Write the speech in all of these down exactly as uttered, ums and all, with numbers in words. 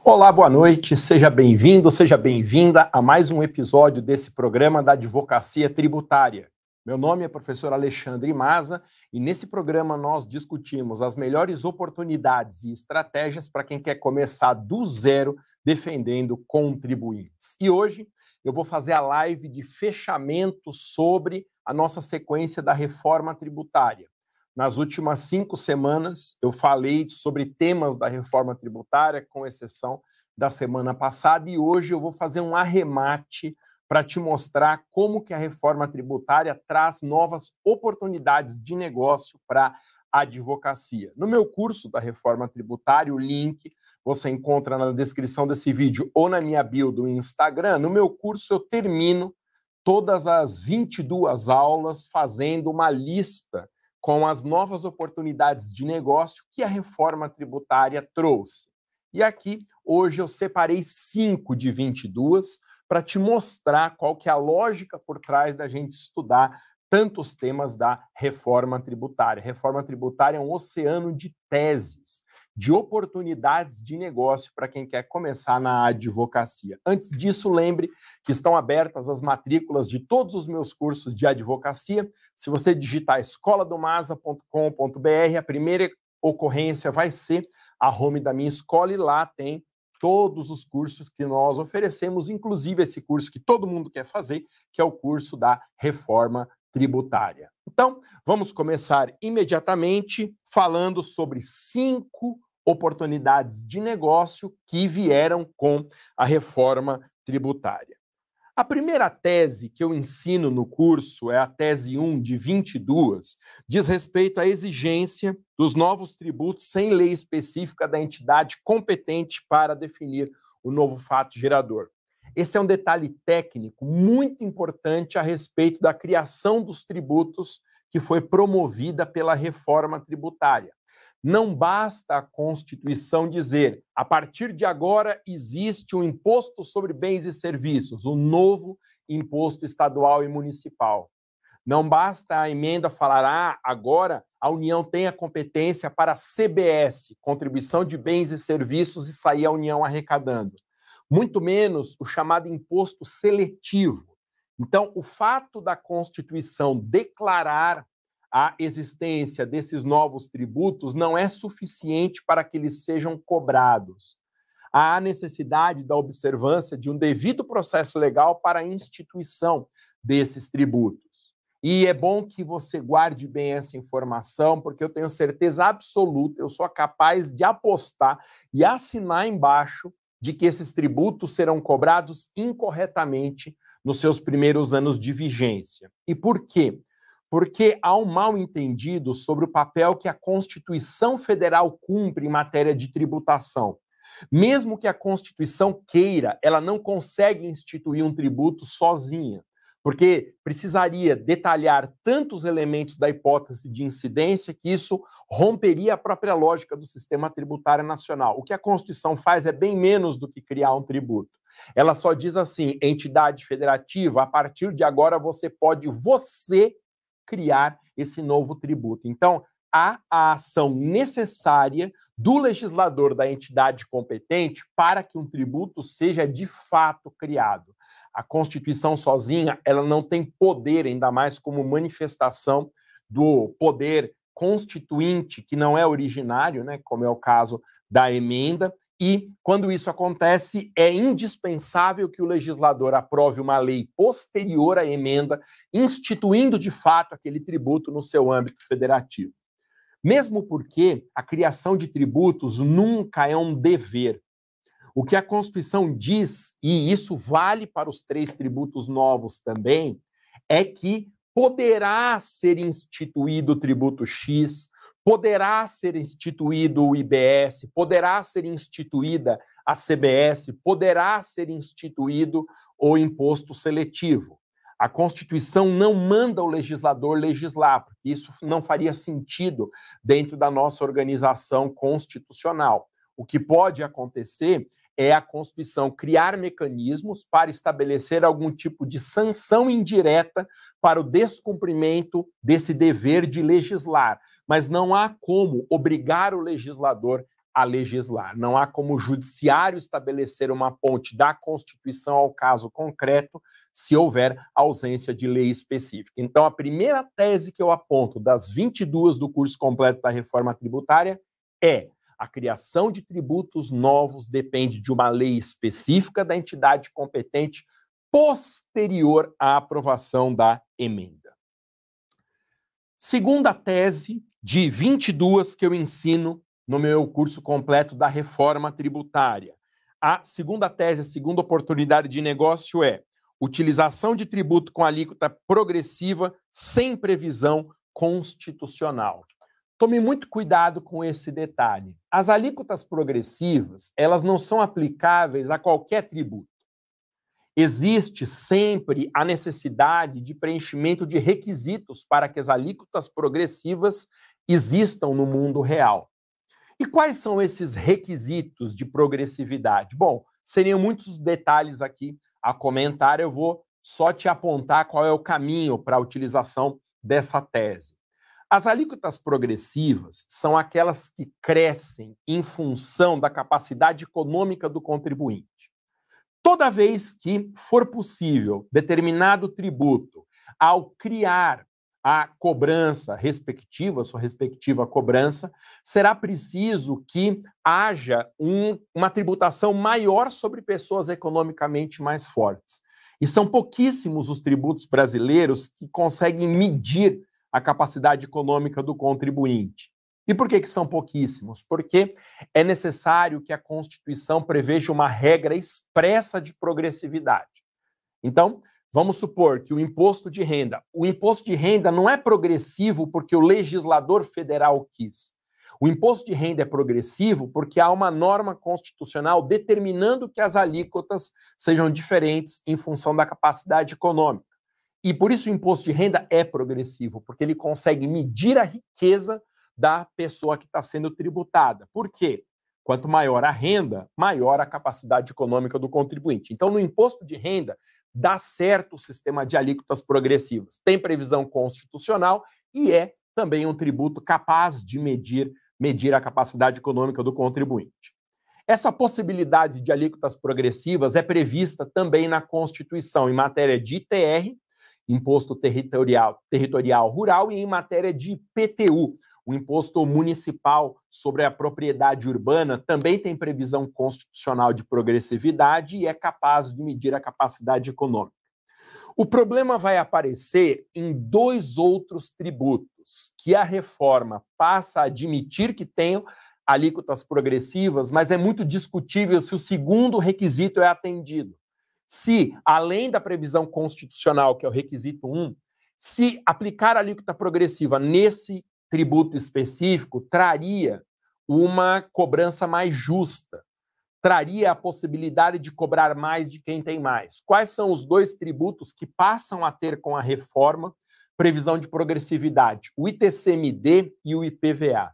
Olá, boa noite, seja bem-vindo, seja bem-vinda a mais um episódio desse programa da Advocacia Tributária. Meu nome é professor Alexandre Maza e nesse programa nós discutimos as melhores oportunidades e estratégias para quem quer começar do zero defendendo contribuintes. E hoje eu vou fazer a live de fechamento sobre a nossa sequência da reforma tributária. Nas últimas cinco semanas, eu falei sobre temas da reforma tributária, com exceção da semana passada, e hoje eu vou fazer um arremate para te mostrar como que a reforma tributária traz novas oportunidades de negócio para a advocacia. No meu curso da reforma tributária, o link você encontra na descrição desse vídeo ou na minha bio do Instagram. No meu curso eu termino todas as vinte e duas aulas fazendo uma lista com as novas oportunidades de negócio que a reforma tributária trouxe. E aqui, hoje, eu separei cinco de vinte e duas para te mostrar qual que é a lógica por trás da gente estudar tantos temas da reforma tributária. Reforma tributária é um oceano de teses, de oportunidades de negócio para quem quer começar na advocacia. Antes disso, lembre que estão abertas as matrículas de todos os meus cursos de advocacia. Se você digitar escola do masa ponto com ponto br, a primeira ocorrência vai ser a home da minha escola e lá tem todos os cursos que nós oferecemos, inclusive esse curso que todo mundo quer fazer, que é o curso da reforma tributária. Então, vamos começar imediatamente falando sobre cinco oportunidades de negócio que vieram com a reforma tributária. A primeira tese que eu ensino no curso é a tese um de vinte e duas, diz respeito à exigência dos novos tributos sem lei específica da entidade competente para definir o novo fato gerador. Esse é um detalhe técnico muito importante a respeito da criação dos tributos que foi promovida pela reforma tributária. Não basta a Constituição dizer, a partir de agora existe um imposto sobre bens e serviços, um novo imposto estadual e municipal. Não basta a emenda falar, ah, agora a União tem a competência para a C B S, Contribuição de Bens e Serviços, e sair a União arrecadando. Muito menos o chamado imposto seletivo. Então, o fato da Constituição declarar a existência desses novos tributos não é suficiente para que eles sejam cobrados. Há necessidade da observância de um devido processo legal para a instituição desses tributos. E é bom que você guarde bem essa informação, porque eu tenho certeza absoluta, eu sou capaz de apostar e assinar embaixo de que esses tributos serão cobrados incorretamente nos seus primeiros anos de vigência. E por quê? Porque há um mal-entendido sobre o papel que a Constituição Federal cumpre em matéria de tributação. Mesmo que a Constituição queira, ela não consegue instituir um tributo sozinha, porque precisaria detalhar tantos elementos da hipótese de incidência que isso romperia a própria lógica do sistema tributário nacional. O que a Constituição faz é bem menos do que criar um tributo. Ela só diz assim, entidade federativa, a partir de agora você pode, você, criar esse novo tributo. Então, há a ação necessária do legislador da entidade competente para que um tributo seja de fato criado. A Constituição sozinha, ela não tem poder, ainda mais como manifestação do poder constituinte, que não é originário, né, como é o caso da emenda, e quando isso acontece, é indispensável que o legislador aprove uma lei posterior à emenda, instituindo de fato aquele tributo no seu âmbito federativo. Mesmo porque a criação de tributos nunca é um dever. O que a Constituição diz, e isso vale para os três tributos novos também, é que poderá ser instituído o tributo X, poderá ser instituído o I B S, poderá ser instituída a C B S, poderá ser instituído o imposto seletivo. A Constituição não manda o legislador legislar, porque isso não faria sentido dentro da nossa organização constitucional. O que pode acontecer é a Constituição criar mecanismos para estabelecer algum tipo de sanção indireta para o descumprimento desse dever de legislar, mas não há como obrigar o legislador a legislar. Não há como o judiciário estabelecer uma ponte da Constituição ao caso concreto se houver ausência de lei específica. Então, a primeira tese que eu aponto das vinte e duas do curso completo da reforma tributária é: a criação de tributos novos depende de uma lei específica da entidade competente posterior à aprovação da emenda. Segunda tese de vinte e duas que eu ensino no meu curso completo da reforma tributária. A segunda tese, a segunda oportunidade de negócio é utilização de tributo com alíquota progressiva sem previsão constitucional. Tome muito cuidado com esse detalhe. As alíquotas progressivas, elas não são aplicáveis a qualquer tributo. Existe sempre a necessidade de preenchimento de requisitos para que as alíquotas progressivas existam no mundo real. E quais são esses requisitos de progressividade? Bom, seriam muitos detalhes aqui a comentar, eu vou só te apontar qual é o caminho para a utilização dessa tese. As alíquotas progressivas são aquelas que crescem em função da capacidade econômica do contribuinte. Toda vez que for possível determinado tributo, ao criar a cobrança respectiva, sua respectiva cobrança, será preciso que haja um, uma tributação maior sobre pessoas economicamente mais fortes. E são pouquíssimos os tributos brasileiros que conseguem medir a capacidade econômica do contribuinte. E por que que são pouquíssimos? Porque é necessário que a Constituição preveja uma regra expressa de progressividade. Então, vamos supor que o imposto de renda, o imposto de renda não é progressivo porque o legislador federal quis. O imposto de renda é progressivo porque há uma norma constitucional determinando que as alíquotas sejam diferentes em função da capacidade econômica. E por isso o imposto de renda é progressivo, porque ele consegue medir a riqueza da pessoa que está sendo tributada. Por quê? Quanto maior a renda, maior a capacidade econômica do contribuinte. Então, no imposto de renda, dá certo o sistema de alíquotas progressivas. Tem previsão constitucional e é também um tributo capaz de medir, medir a capacidade econômica do contribuinte. Essa possibilidade de alíquotas progressivas é prevista também na Constituição, em matéria de I T R, Imposto Territorial, Territorial Rural, e em matéria de I P T U, o Imposto Municipal sobre a Propriedade Urbana, também tem previsão constitucional de progressividade e é capaz de medir a capacidade econômica. O problema vai aparecer em dois outros tributos, que a reforma passa a admitir que tenham alíquotas progressivas, mas é muito discutível se o segundo requisito é atendido. Se, além da previsão constitucional, que é o requisito um, se aplicar a alíquota progressiva nesse tributo específico, traria uma cobrança mais justa, traria a possibilidade de cobrar mais de quem tem mais. Quais são os dois tributos que passam a ter com a reforma previsão de progressividade? O I T C M D e o I P V A.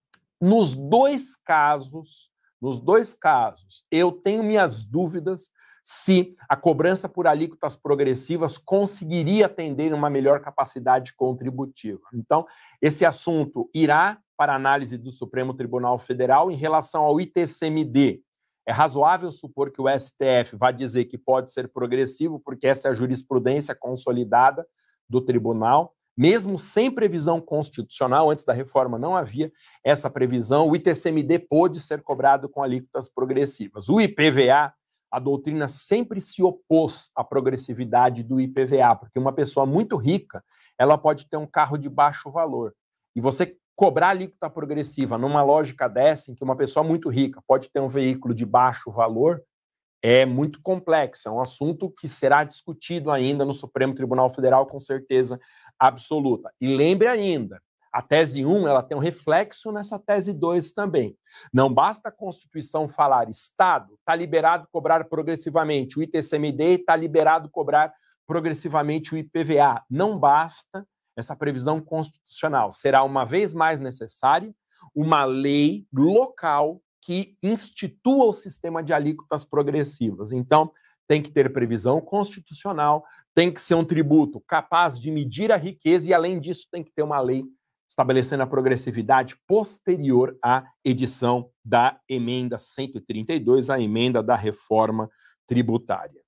Nos dois casos, nos dois casos, eu tenho minhas dúvidas se a cobrança por alíquotas progressivas conseguiria atender uma melhor capacidade contributiva. Então, esse assunto irá para análise do Supremo Tribunal Federal. Em relação ao I T C M D, é razoável supor que o S T F vai dizer que pode ser progressivo, porque essa é a jurisprudência consolidada do tribunal. Mesmo sem previsão constitucional, antes da reforma não havia essa previsão, o I T C M D pôde ser cobrado com alíquotas progressivas. O I P V A, a doutrina sempre se opôs à progressividade do I P V A, porque uma pessoa muito rica, ela pode ter um carro de baixo valor. E você cobrar alíquota progressiva numa lógica dessa, em que uma pessoa muito rica pode ter um veículo de baixo valor, é muito complexo. É um assunto que será discutido ainda no Supremo Tribunal Federal, com certeza absoluta. E lembre ainda, a tese um, ela tem um reflexo nessa tese dois também. Não basta a Constituição falar Estado, está liberado cobrar progressivamente o I T C M D, está liberado cobrar progressivamente o I P V A. Não basta essa previsão constitucional. Será uma vez mais necessária uma lei local que institua o sistema de alíquotas progressivas. Então, tem que ter previsão constitucional, tem que ser um tributo capaz de medir a riqueza e, além disso, tem que ter uma lei estabelecendo a progressividade posterior à edição da emenda cento e trinta e dois, a emenda da reforma tributária.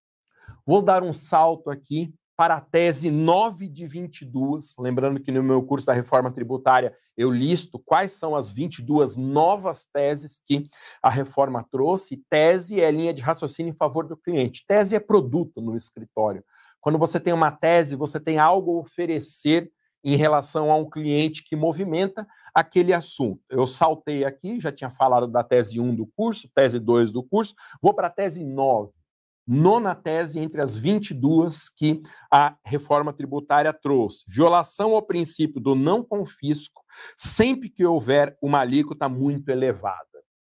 Vou dar um salto aqui para a tese nove de vinte e dois, lembrando que no meu curso da reforma tributária eu listo quais são as vinte e duas novas teses que a reforma trouxe. Tese é linha de raciocínio em favor do cliente. Tese é produto no escritório. Quando você tem uma tese, você tem algo a oferecer em relação a um cliente que movimenta aquele assunto. Eu saltei aqui, já tinha falado da tese um do curso, tese dois do curso, vou para a tese nove. Nona tese entre as vinte e duas que a reforma tributária trouxe. Violação ao princípio do não confisco, sempre que houver uma alíquota muito elevada.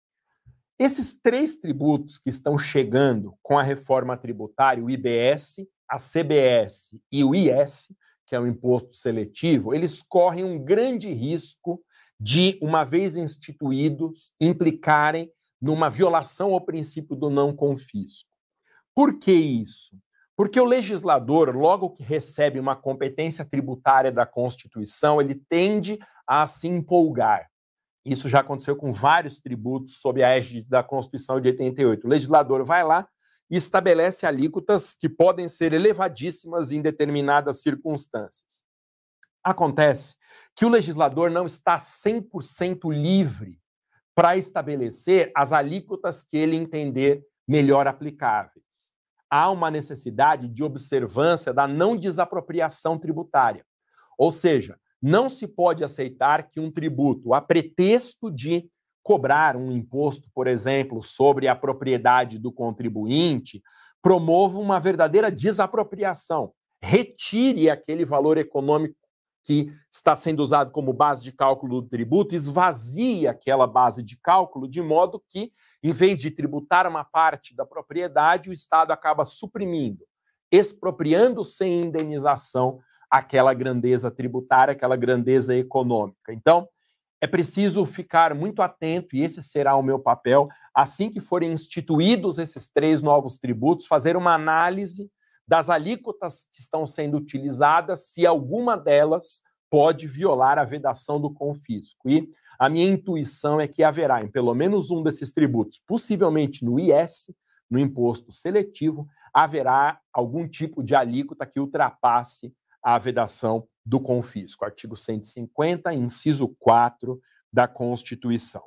Esses três tributos que estão chegando com a reforma tributária, o I B S, a C B S e o I S, que é o imposto seletivo, eles correm um grande risco de, uma vez instituídos, implicarem numa violação ao princípio do não confisco. Por que isso? Porque o legislador, logo que recebe uma competência tributária da Constituição, ele tende a se empolgar. Isso já aconteceu com vários tributos sob a égide da Constituição de oitenta e oito. O legislador vai lá e estabelece alíquotas que podem ser elevadíssimas em determinadas circunstâncias. Acontece que o legislador não está cem por cento livre para estabelecer as alíquotas que ele entender melhor aplicáveis. Há uma necessidade de observância da não desapropriação tributária. Ou seja, não se pode aceitar que um tributo, a pretexto de cobrar um imposto, por exemplo, sobre a propriedade do contribuinte, promova uma verdadeira desapropriação. Retire aquele valor econômico que está sendo usado como base de cálculo do tributo, esvazie aquela base de cálculo de modo que, em vez de tributar uma parte da propriedade, o Estado acaba suprimindo, expropriando sem indenização aquela grandeza tributária, aquela grandeza econômica. Então, é preciso ficar muito atento, e esse será o meu papel, assim que forem instituídos esses três novos tributos, fazer uma análise das alíquotas que estão sendo utilizadas, se alguma delas pode violar a vedação do confisco. E a minha intuição é que haverá, em pelo menos um desses tributos, possivelmente no I S, no imposto seletivo, haverá algum tipo de alíquota que ultrapasse a vedação do confisco. Artigo cento e cinquenta, inciso quatro da Constituição.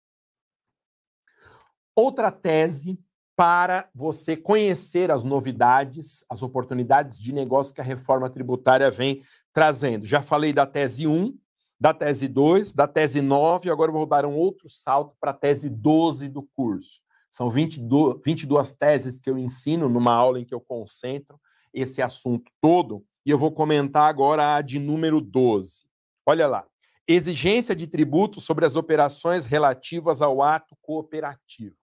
Outra tese para você conhecer as novidades, as oportunidades de negócio que a reforma tributária vem trazendo. Já falei da tese um, da tese dois, da tese nove, agora eu vou dar um outro salto para a tese doze do curso. São vinte e duas teses que eu ensino numa aula em que eu concentro esse assunto todo, e eu vou comentar agora a de número doze. Olha lá. Exigência de tributo sobre as operações relativas ao ato cooperativo.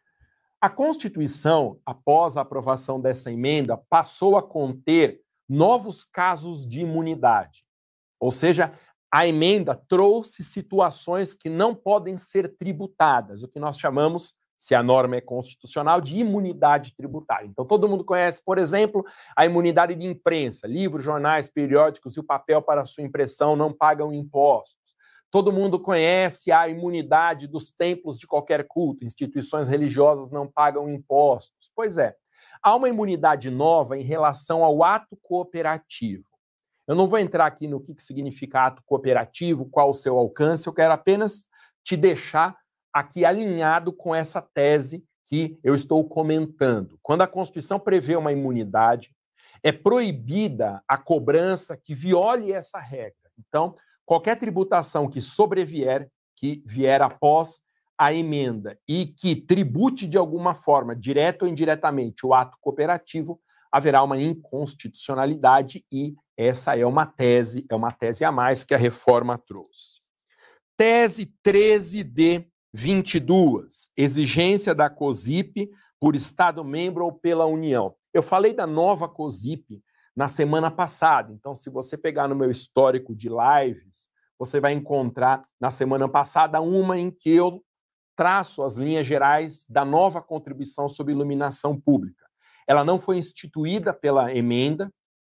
A Constituição, após a aprovação dessa emenda, passou a conter novos casos de imunidade. Ou seja, a emenda trouxe situações que não podem ser tributadas, o que nós chamamos, se a norma é constitucional, de imunidade tributária. Então, todo mundo conhece, por exemplo, a imunidade de imprensa. Livros, jornais, periódicos e o papel para sua impressão não pagam impostos. Todo mundo conhece a imunidade dos templos de qualquer culto. Instituições religiosas não pagam impostos. Pois é, há uma imunidade nova em relação ao ato cooperativo. Eu não vou entrar aqui no que significa ato cooperativo, qual o seu alcance, eu quero apenas te deixar aqui alinhado com essa tese que eu estou comentando. Quando a Constituição prevê uma imunidade, é proibida a cobrança que viole essa regra. Então, qualquer tributação que sobrevier, que vier após a emenda e que tribute de alguma forma, direta ou indiretamente, o ato cooperativo, haverá uma inconstitucionalidade e essa é uma tese, é uma tese a mais que a reforma trouxe. Tese treze de vinte e dois, exigência da COSIP por Estado-membro ou pela União. Eu falei da nova COSIP na semana passada, então se você pegar no meu histórico de lives, você vai encontrar na semana passada uma em que eu traço as linhas gerais da nova contribuição sobre iluminação pública. Ela não foi instituída pela emenda,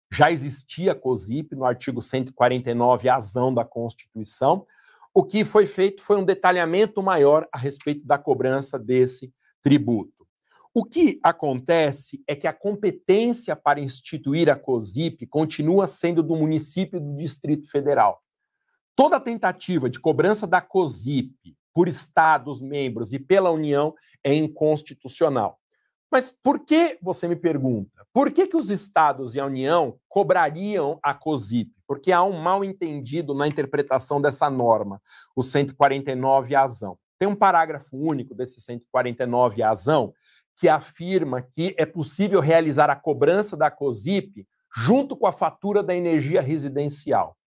Já existia a COSIP no artigo cento e quarenta e nove, azão da Constituição. O que foi feito foi um detalhamento maior a respeito da cobrança desse tributo. O que acontece é que a competência para instituir a COSIP continua sendo do município e do Distrito Federal. Toda tentativa de cobrança da COSIP por estados membros e pela União é inconstitucional. Mas por que, você me pergunta, por que, que os estados e a União cobrariam a COSIP? Porque há um mal entendido na interpretação dessa norma, o cento e quarenta e nove azão. Tem um parágrafo único desse cento e quarenta e nove azão que afirma que é possível realizar a cobrança da COSIP junto com a fatura da energia residencial.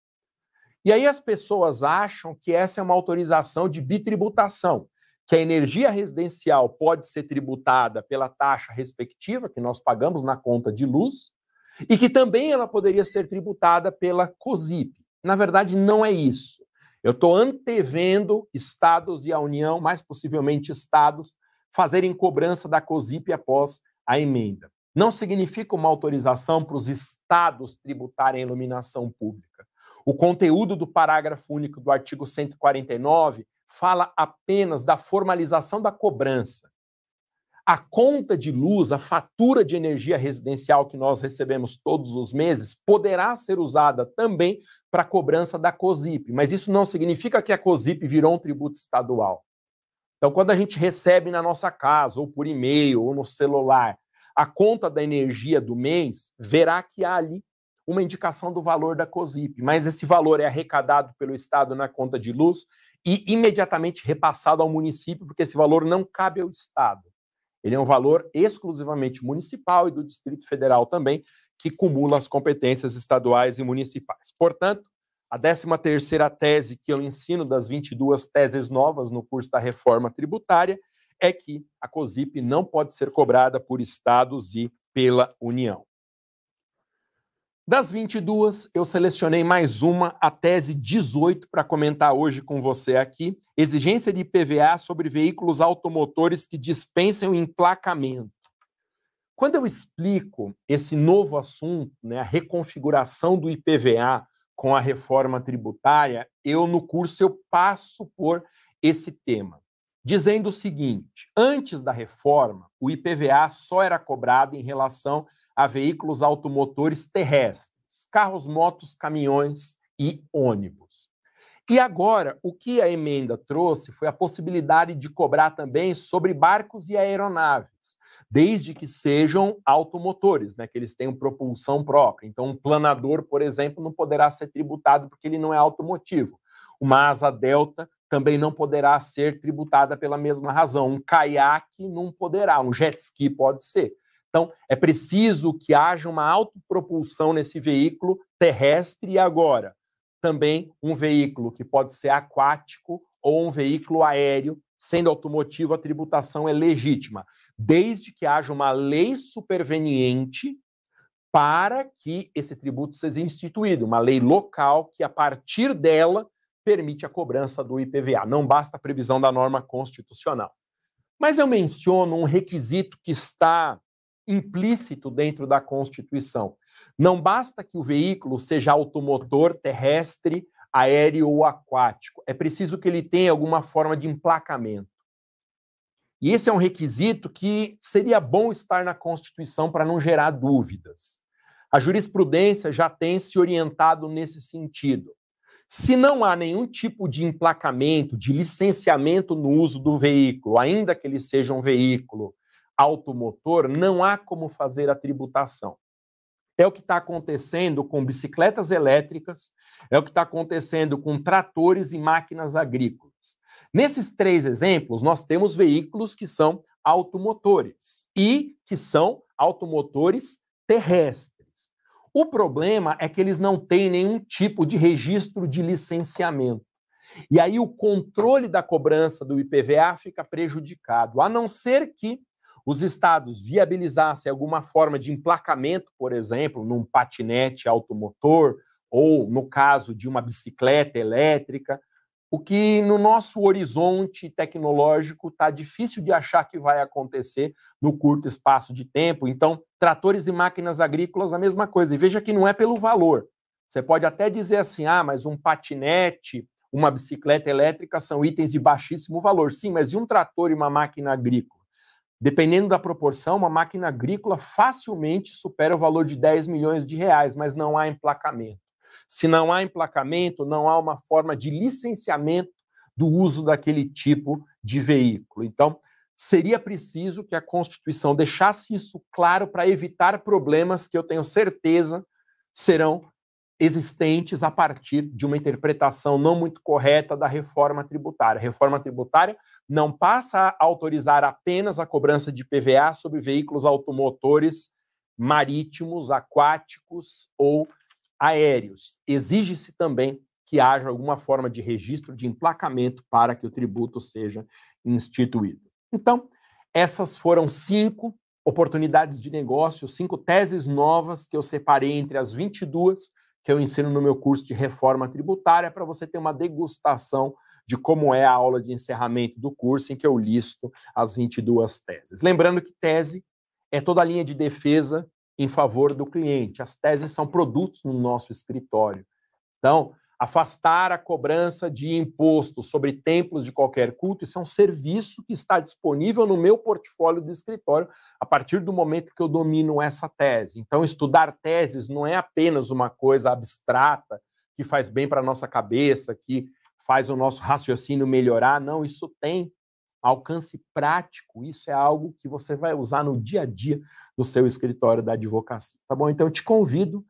E aí as pessoas acham que essa é uma autorização de bitributação, que a energia residencial pode ser tributada pela taxa respectiva que nós pagamos na conta de luz e que também ela poderia ser tributada pela COSIP. Na verdade, não é isso. Eu estou antevendo estados e a União, mais possivelmente estados, fazerem cobrança da COSIP após a emenda. Não significa uma autorização para os estados tributarem a iluminação pública. O conteúdo do parágrafo único do artigo cento e quarenta e nove fala apenas da formalização da cobrança. A conta de luz, a fatura de energia residencial que nós recebemos todos os meses, poderá ser usada também para a cobrança da COSIP, mas isso não significa que a COSIP virou um tributo estadual. Então, quando a gente recebe na nossa casa, ou por e-mail, ou no celular, a conta da energia do mês, verá que há ali uma indicação do valor da COSIP, mas esse valor é arrecadado pelo Estado na conta de luz e imediatamente repassado ao município, porque esse valor não cabe ao Estado. Ele é um valor exclusivamente municipal e do Distrito Federal também, que cumula as competências estaduais e municipais. Portanto, a décima terceira tese que eu ensino das vinte e duas teses novas no curso da reforma tributária é que a COSIP não pode ser cobrada por estados e pela União. Das vinte e duas, eu selecionei mais uma, a tese dezoito, para comentar hoje com você aqui. Exigência de I P V A sobre veículos automotores que dispensem o emplacamento. Quando eu explico esse novo assunto, né, a reconfiguração do I P V A com a reforma tributária, eu no curso eu passo por esse tema, dizendo o seguinte: antes da reforma, o I P V A só era cobrado em relação a veículos automotores terrestres, carros, motos, caminhões e ônibus. E agora, o que a emenda trouxe foi a possibilidade de cobrar também sobre barcos e aeronaves, desde que sejam automotores, né, que eles tenham propulsão própria. Então, um planador, por exemplo, não poderá ser tributado porque ele não é automotivo. Uma asa delta também não poderá ser tributada pela mesma razão. Um caiaque não poderá, um jet ski pode ser. Então, é preciso que haja uma autopropulsão nesse veículo terrestre e agora também um veículo que pode ser aquático ou um veículo aéreo, sendo automotivo, a tributação é legítima, desde que haja uma lei superveniente para que esse tributo seja instituído, uma lei local que, a partir dela, permite a cobrança do I P V A. Não basta a previsão da norma constitucional. Mas eu menciono um requisito que está implícito dentro da Constituição. Não basta que o veículo seja automotor, terrestre, aéreo ou aquático. É preciso que ele tenha alguma forma de emplacamento. E esse é um requisito que seria bom estar na Constituição para não gerar dúvidas. A jurisprudência já tem se orientado nesse sentido. Se não há nenhum tipo de emplacamento, de licenciamento no uso do veículo, ainda que ele seja um veículo automotor, não há como fazer a tributação. É o que está acontecendo com bicicletas elétricas, é o que está acontecendo com tratores e máquinas agrícolas. Nesses três exemplos, nós temos veículos que são automotores e que são automotores terrestres. O problema é que eles não têm nenhum tipo de registro de licenciamento. E aí o controle da cobrança do I P V A fica prejudicado, a não ser que os estados viabilizassem alguma forma de emplacamento, por exemplo, num patinete automotor ou, no caso de uma bicicleta elétrica, o que no nosso horizonte tecnológico está difícil de achar que vai acontecer no curto espaço de tempo. Então, tratores e máquinas agrícolas, a mesma coisa. E veja que não é pelo valor. Você pode até dizer assim, ah, mas um patinete, uma bicicleta elétrica são itens de baixíssimo valor. Sim, mas e um trator e uma máquina agrícola? Dependendo da proporção, uma máquina agrícola facilmente supera o valor de dez milhões de reais, mas não há emplacamento. Se não há emplacamento, não há uma forma de licenciamento do uso daquele tipo de veículo. Então, seria preciso que a Constituição deixasse isso claro para evitar problemas que eu tenho certeza serão existentes a partir de uma interpretação não muito correta da reforma tributária. A reforma tributária não passa a autorizar apenas a cobrança de I P V A sobre veículos automotores marítimos, aquáticos ou aéreos. Exige-se também que haja alguma forma de registro de emplacamento para que o tributo seja instituído. Então, essas foram cinco oportunidades de negócio, cinco teses novas que eu separei entre as vinte e duas que eu ensino no meu curso de reforma tributária, para você ter uma degustação de como é a aula de encerramento do curso, em que eu listo as vinte e duas teses. Lembrando que tese é toda a linha de defesa em favor do cliente. As teses são produtos no nosso escritório. Então, afastar a cobrança de imposto sobre templos de qualquer culto, isso é um serviço que está disponível no meu portfólio do escritório a partir do momento que eu domino essa tese. Então, estudar teses não é apenas uma coisa abstrata que faz bem para a nossa cabeça, que faz o nosso raciocínio melhorar. Não, isso tem alcance prático, isso é algo que você vai usar no dia a dia do seu escritório da advocacia. Tá bom? Então, eu te convido.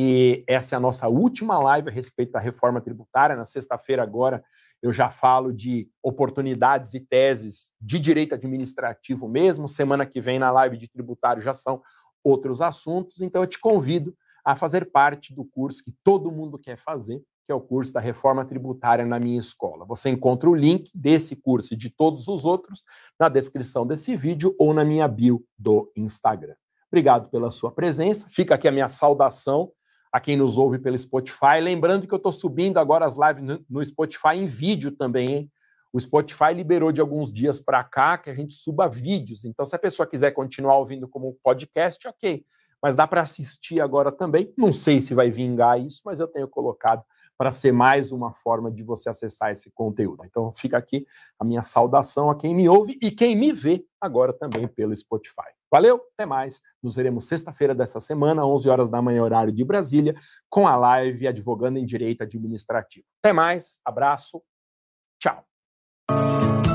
E essa é a nossa última live a respeito da reforma tributária. Na sexta-feira, agora, eu já falo de oportunidades e teses de direito administrativo mesmo. Semana que vem, na live de tributário, já são outros assuntos. Então, eu te convido a fazer parte do curso que todo mundo quer fazer, que é o curso da reforma tributária na minha escola. Você encontra o link desse curso e de todos os outros na descrição desse vídeo ou na minha bio do Instagram. Obrigado pela sua presença. Fica aqui a minha saudação a quem nos ouve pelo Spotify. Lembrando que eu estou subindo agora as lives no, no Spotify em vídeo também, hein? O Spotify liberou de alguns dias para cá que a gente suba vídeos. Então, se a pessoa quiser continuar ouvindo como podcast, ok. Mas dá para assistir agora também. Não sei se vai vingar isso, mas eu tenho colocado para ser mais uma forma de você acessar esse conteúdo. Então, fica aqui a minha saudação a quem me ouve e quem me vê agora também pelo Spotify. Valeu, até mais. Nos veremos sexta-feira dessa semana, onze horas da manhã, horário de Brasília, com a live Advogando em Direito Administrativo. Até mais, abraço, tchau.